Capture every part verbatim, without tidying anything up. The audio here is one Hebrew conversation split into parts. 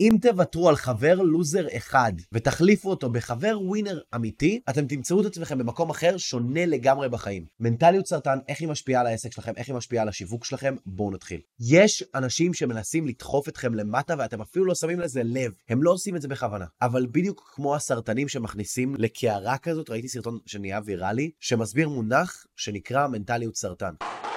אם תוותרו על חבר לוזר אחד ותחליפו אותו בחבר ווינר אמיתי, אתם תמצאו את עצמכם במקום אחר שונה לגמרי בחיים. מנטליות סרטן, איך היא משפיעה על העסק שלכם, איך היא משפיעה על השיווק שלכם, בואו נתחיל. יש אנשים שמנסים לדחוף אתכם למטה ואתם אפילו לא שמים לזה לב. הם לא עושים את זה בכוונה. אבל בדיוק כמו הסרטנים שמכניסים לקערה כזאת, ראיתי סרטון שנהיה ויראלי, שמסביר מונח שנקרא מנטליות סרטן.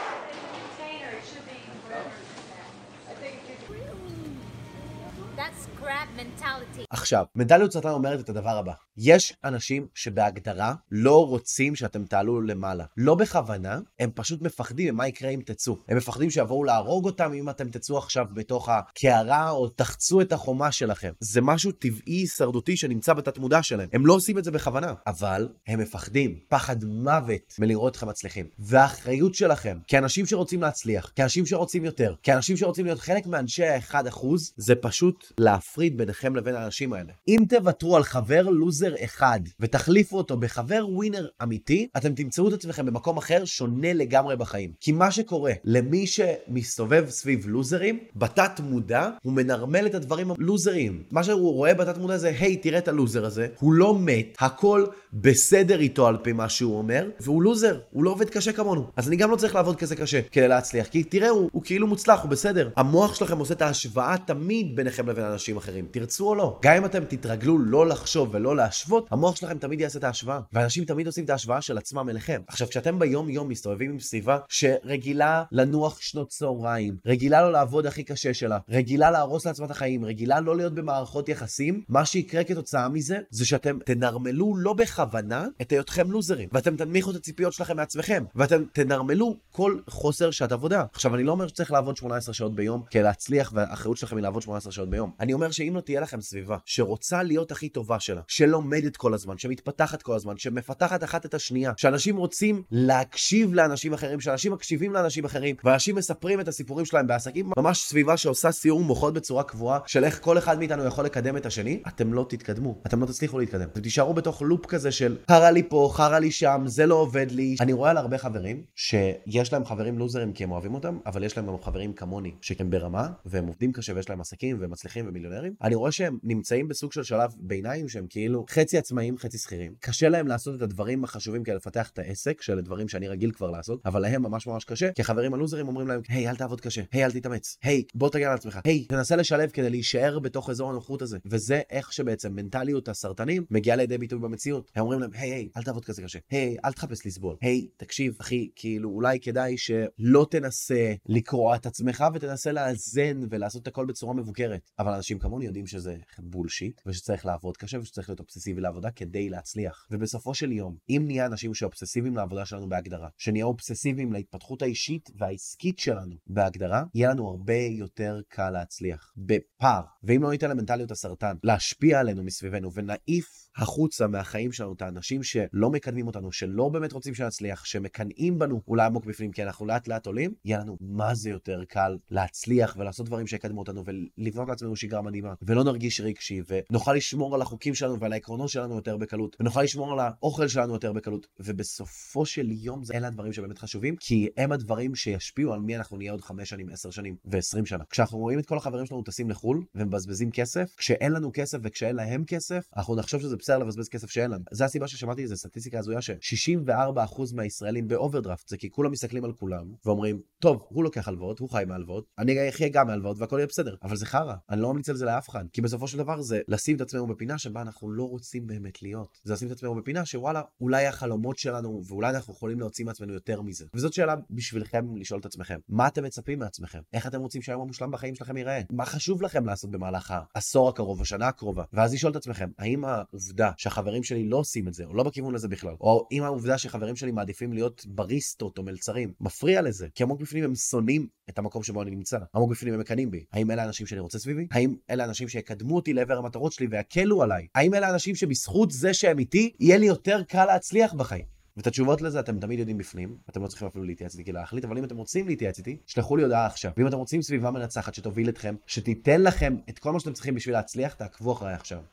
עכשיו, מנטליות סרטן אומרת את הדבר הבא. יש אנשים שבהגדרה לא רוצים שאתם תעלו למעלה. לא בכוונה, הם פשוט מפחדים ממה יקרה אם תצאו. הם מפחדים שיבואו להרוג אותם אם אתם תצאו עכשיו בתוך הקערה או תחצו את החומה שלכם. זה משהו טבעי, הישרדותי שנמצא בתת מודע שלהם. הם לא עושים את זה בכוונה, אבל הם מפחדים. פחד מוות מלראות אתכם מצליחים. והאחריות שלכם, כאנשים שרוצים להצליח, כאנשים שרוצים יותר, כאנשים שרוצים להיות חלק מאנשי ה-אחד אחוז, זה פשוט להפריד ביניכם לבין האנשים האלה. אם תוותרו על חבר לוזר אחד ותחליפו אותו בחבר ווינר אמיתי, אתם תמצאו את עצמכם במקום אחר שונה לגמרי בחיים. כי מה שקורה למי שמסתובב סביב לוזרים, בתת מודע הוא מנרמל את הדברים הלוזריים. מה שהוא רואה בתת מודע זה, היי, תראה את הלוזר הזה, הוא לא מת, הכל בסדר איתו על פי מה שהוא אומר, והוא לוזר, הוא לא עובד קשה כמונו. אז אני גם לא צריך לעבוד כזה קשה כדי להצליח, כי תראה, הוא, הוא כאילו מוצלח, הוא בסדר. המוח שלכם עושה את ההשוואה תמיד ביניכם לבין אנשים אחרים, תרצו או לא. גם אם אתם תתרגלו לא לחשוב ולא להשוות, המוח שלכם תמיד יעשה את ההשוואה. ואנשים תמיד עושים את ההשוואה של עצמם אליכם. עכשיו, כשאתם ביום יום מסתובבים עם סביבה שרגילה לנוח שנות צהריים, רגילה לא לעבוד הכי קשה שלה, רגילה להרוס לעצמה את החיים, רגילה לא להיות במערכות יחסים, מה שיקרה כתוצאה מזה, זה שאתם תנרמלו לא בכוונה את היותכם לוזרים, ואתם תנמיכו את הציפיות שלכם מעצמכם, ואתם תנרמלו כל חוסר שעת עבודה. עכשיו, אני לא אומר שצריך לעבוד שמונה עשרה שעות ביום כדי להצליח, והאחריות שלכם היא לעבוד שמונה עשרה שעות ביום. אני אומר שאם לא תהיה לכם סביבה שרוצה להיות הכי טובה שלה, שלומדת כל הזמן, שמתפתחת כל הזמן, שמפתחת אחת את השנייה, שאנשים רוצים להקשיב לאנשים אחרים, שאנשים מקשיבים לאנשים אחרים, ואנשים מספרים את הסיפורים שלהם בעסקים, ממש סביבה שעושה סיור מוחות בצורה קבועה, של איך כל אחד מאיתנו יכול לקדם את השני, אתם לא תתקדמו, אתם לא תצליחו להתקדם. אתם תישארו בתוך לופ כזה של חרה לי פה, חרה לי שם, זה לא עובד לי. אני רואה על הרבה חברים שיש להם חברים לוזרים כי הם אוהבים אותם, אבל יש להם גם חברים כמוני שהם ברמה והם עובדים קשה ויש להם עסקים ומצליחים ומיליונרים. אני רואה שהם נמצאים בסוג של שלב ביניים שהם כאילו חצי עצמאים, חצי שכירים. קשה להם לעשות את הדברים החשובים כדי לפתח את העסק, של הדברים שאני רגיל כבר לעשות, אבל להם ממש ממש קשה, כי החברים הלוזרים אומרים להם, היי, אל תעבוד קשה, היי, אל תתאמץ, היי, בוא תגן על עצמך, היי, תנסה לשלב כדי להישאר בתוך אזור הנוחות הזה. וזה איך שבעצם מנטליות הסרטנים מגיעה לידי ביטוי במציאות. הם אומרים להם, היי, היי, אל תעבוד כזה קשה, היי, אל תחפש לסבול, היי, תקשיב, אחי, כאילו, אולי כדאי שלא תנסה לקרוע את עצמך ותנסה לאזן ולעשות את הכל בצורה מבוקרת. אבל אנשים כמוני יודעים שזה בולשיט, ושצריך לעבוד קשה ושצריך להיות אובססיבי לעבודה כדי להצליח. ובסופו של יום, אם נהיה אנשים שאובססיביים לעבודה שלנו בהגדרה, שנהיה אובססיביים להתפתחות האישית והעסקית שלנו בהגדרה, יהיה לנו הרבה יותר קל להצליח. בפער. ואם לא ניתן למנטליות הסרטן להשפיע עלינו מסביבנו ונעיף החוצה מהחיים שלנו את האנשים שלא מקדמים אותנו, שלא באמת רוצים שנצליח, שמקנאים בנו אולי עמוק בפנים, כי אנחנו לאט לאט עולים, יהיה לנו מה זה יותר קל להצליח ולעשות דברים שיקדמו אותנו ולבנות לעצמנו שגרה מדהימה, ולא נרגיש רגשי, ונוכל לשמור על החוקים שלנו ועל העקרונות שלנו יותר בקלות, ונוכל לשמור על האוכל שלנו יותר בקלות, ובסופו של יום זה אלה הדברים שבאמת חשובים, כי הם הדברים שישפיעו על מי אנחנו נהיה עוד חמש שנים, עשר שנים ועשרים שנה. כשאנחנו רואים את כל החברים שלנו טסים לחול ומבזבזים כסף, כשאין לנו כסף וכשאין להם כסף, אנחנו נחשוב שזה בסדר לבזבז כסף שאין לנו. זה הסיבה ששמעתי, איזה סטטיסטיקה הזויה ש-שישים וארבעה אחוז מהישראלים באוברדרפט, זה כי כולם מסתכלים על כולם ואומרים, טוב, הוא לוקח הלוואות, הוא חי מהלוואות, אני אחיה גם מהלוואות והכל יהיה בסדר. אבל זה חרא. אני לא ממליץ על זה לאף אחד, כי בסופו של דבר זה לשים את עצמנו בפינה שבה אנחנו לא רוצים באמת להיות. זה לשים את עצמנו בפינה שוואלה, אולי החלומות שלנו ואולי אנחנו יכולים להוציא מעצמנו יותר מזה. וזאת שאלה בשבילכם לשאול את עצמכם. מה אתם מצפים מעצמכם? איך אתם רוצים שהיום המושלם בחיים שלכם ייראה? מה חשוב לכם לעשות במהלך העשור הקרוב, השנה הקרובה? ואז לשאול את עצמכם, האם העובדה שהחברים שלי לא עושים את זה, או לא בכיוון לזה בכלל, או אם העובדה שחברים שלי מעדיפים להיות בריסטות או מלצרים, מפריע לזה, כי עמוק בפנים הם שונאים את המקום שבו אני נמצא. עמוק בפנים הם מקנאים בי. האם אלה האנשים שאני רוצה סביבי? האם אלה האנשים שיקדמו אותי לעבר המטרות שלי ויקלו עליי? האם אלה האנשים שבזכות זה שהם איתי, יהיה לי יותר קל להצליח בחיים? ואת התשובות לזה אתם תמיד יודעים בפנים, אתם לא צריכים אפילו להתייעץ איתי כדי להחליט, אבל אם אתם רוצים להתייעץ איתי, שלחו לי הודעה עכשיו. ואם אתם רוצים סביבה מנצחת שתוביל אתכם, שתיתן לכם את כל מה שאתם צריכים בשביל להצליח, תעקבו אחריי עכשיו.